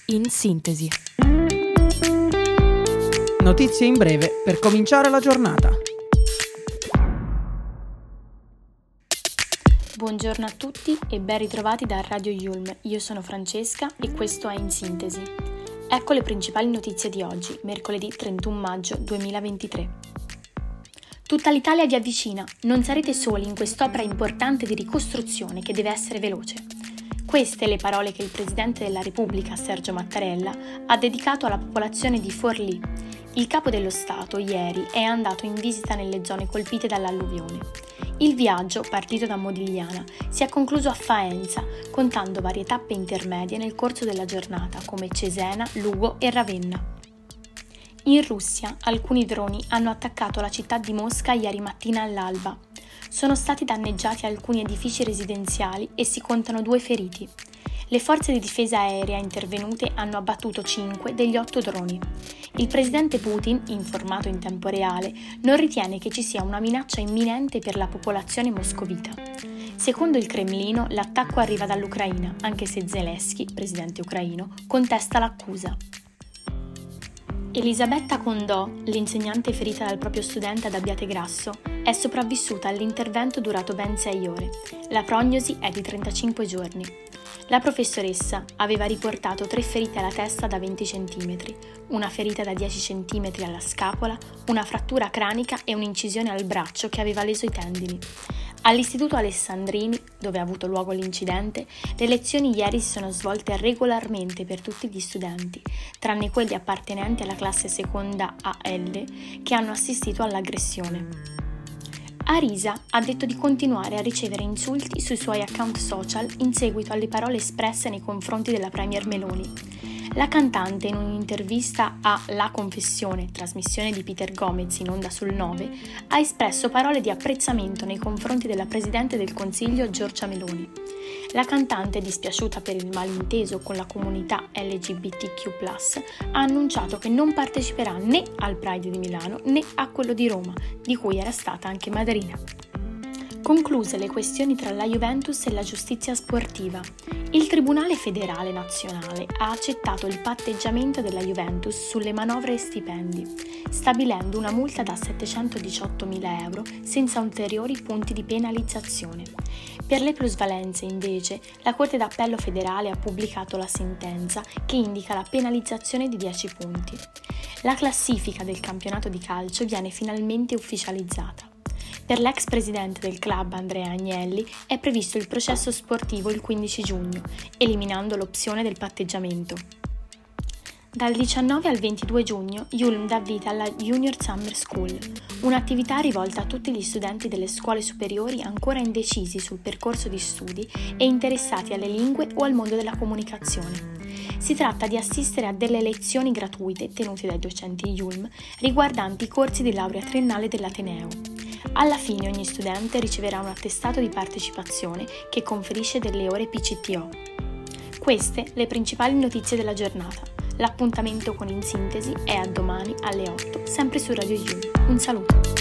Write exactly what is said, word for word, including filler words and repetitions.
in sintesi. Notizie in breve per cominciare la giornata. Buongiorno a tutti e ben ritrovati da Radio Yulm. Io sono Francesca e questo è In Sintesi. Ecco le principali notizie di oggi, mercoledì trentuno maggio duemilaventitré. Tutta l'Italia vi avvicina, non sarete soli in quest'opera importante di ricostruzione che deve essere veloce. Queste le parole che il Presidente della Repubblica, Sergio Mattarella, ha dedicato alla popolazione di Forlì. Il Capo dello Stato, ieri, è andato in visita nelle zone colpite dall'alluvione. Il viaggio, partito da Modigliana, si è concluso a Faenza, contando varie tappe intermedie nel corso della giornata, come Cesena, Lugo e Ravenna. In Russia, alcuni droni hanno attaccato la città di Mosca ieri mattina all'alba. Sono stati danneggiati alcuni edifici residenziali e si contano due feriti. Le forze di difesa aerea intervenute hanno abbattuto cinque degli otto droni. Il presidente Putin, informato in tempo reale, non ritiene che ci sia una minaccia imminente per la popolazione moscovita. Secondo il Cremlino, l'attacco arriva dall'Ucraina, anche se Zelensky, presidente ucraino, contesta l'accusa. Elisabetta Condò, l'insegnante ferita dal proprio studente ad Abbiategrasso, è sopravvissuta all'intervento durato ben sei ore. La prognosi è di trentacinque giorni. La professoressa aveva riportato tre ferite alla testa da venti centimetri, una ferita da dieci centimetri alla scapola, una frattura cranica e un'incisione al braccio che aveva leso i tendini. All'Istituto Alessandrini, dove ha avuto luogo l'incidente, le lezioni ieri si sono svolte regolarmente per tutti gli studenti, tranne quelli appartenenti alla classe seconda A L che hanno assistito all'aggressione. Arisa ha detto di continuare a ricevere insulti sui suoi account social in seguito alle parole espresse nei confronti della premier Meloni. La cantante, in un'intervista a La Confessione, trasmissione di Peter Gomez in onda sul nove, ha espresso parole di apprezzamento nei confronti della Presidente del Consiglio Giorgia Meloni. La cantante, dispiaciuta per il malinteso con la comunità L G B T Q plus, ha annunciato che non parteciperà né al Pride di Milano né a quello di Roma, di cui era stata anche madrina. Concluse le questioni tra la Juventus e la giustizia sportiva. Il Tribunale Federale Nazionale ha accettato il patteggiamento della Juventus sulle manovre e stipendi, stabilendo una multa da settecentodiciottomila euro senza ulteriori punti di penalizzazione. Per le plusvalenze, invece, la Corte d'Appello federale ha pubblicato la sentenza che indica la penalizzazione di dieci punti. La classifica del campionato di calcio viene finalmente ufficializzata. Per l'ex presidente del club Andrea Agnelli è previsto il processo sportivo il quindici giugno, eliminando l'opzione del patteggiamento. Dal diciannove al ventidue giugno Yulm dà vita alla Junior Summer School, un'attività rivolta a tutti gli studenti delle scuole superiori ancora indecisi sul percorso di studi e interessati alle lingue o al mondo della comunicazione. Si tratta di assistere a delle lezioni gratuite tenute dai docenti Yulm riguardanti i corsi di laurea triennale dell'Ateneo. Alla fine ogni studente riceverà un attestato di partecipazione che conferisce delle ore P C T O. Queste le principali notizie della giornata. L'appuntamento con In Sintesi è a domani alle otto, sempre su Radio Yulm. Un saluto!